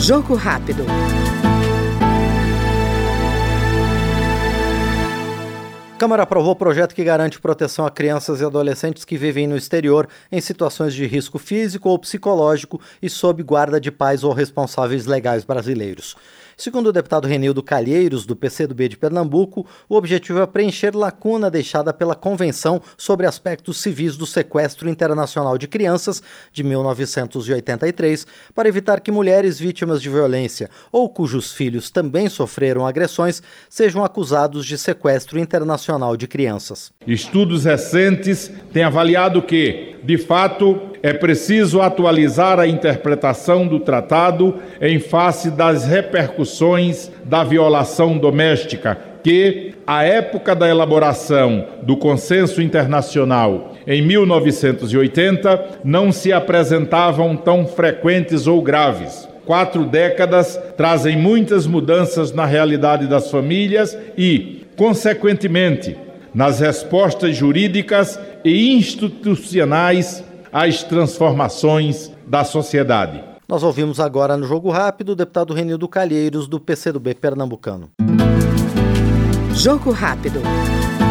Jogo rápido. A Câmara aprovou o projeto que garante proteção a crianças e adolescentes que vivem no exterior em situações de risco físico ou psicológico e sob guarda de pais ou responsáveis legais brasileiros. Segundo o deputado Renildo Calheiros, do PCdoB de Pernambuco, o objetivo é preencher lacuna deixada pela Convenção sobre Aspectos Civis do Sequestro Internacional de Crianças, de 1983, para evitar que mulheres vítimas de violência ou cujos filhos também sofreram agressões sejam acusados de sequestro internacional de crianças. Estudos recentes têm avaliado que, de fato, é preciso atualizar a interpretação do tratado em face das repercussões da violação doméstica, que, à época da elaboração do Consenso Internacional, em 1980, não se apresentavam tão frequentes ou graves. 4 décadas trazem muitas mudanças na realidade das famílias e, consequentemente, nas respostas jurídicas e institucionais às transformações da sociedade. Nós ouvimos agora no Jogo Rápido o deputado Renildo Calheiros, do PCdoB pernambucano. Jogo rápido.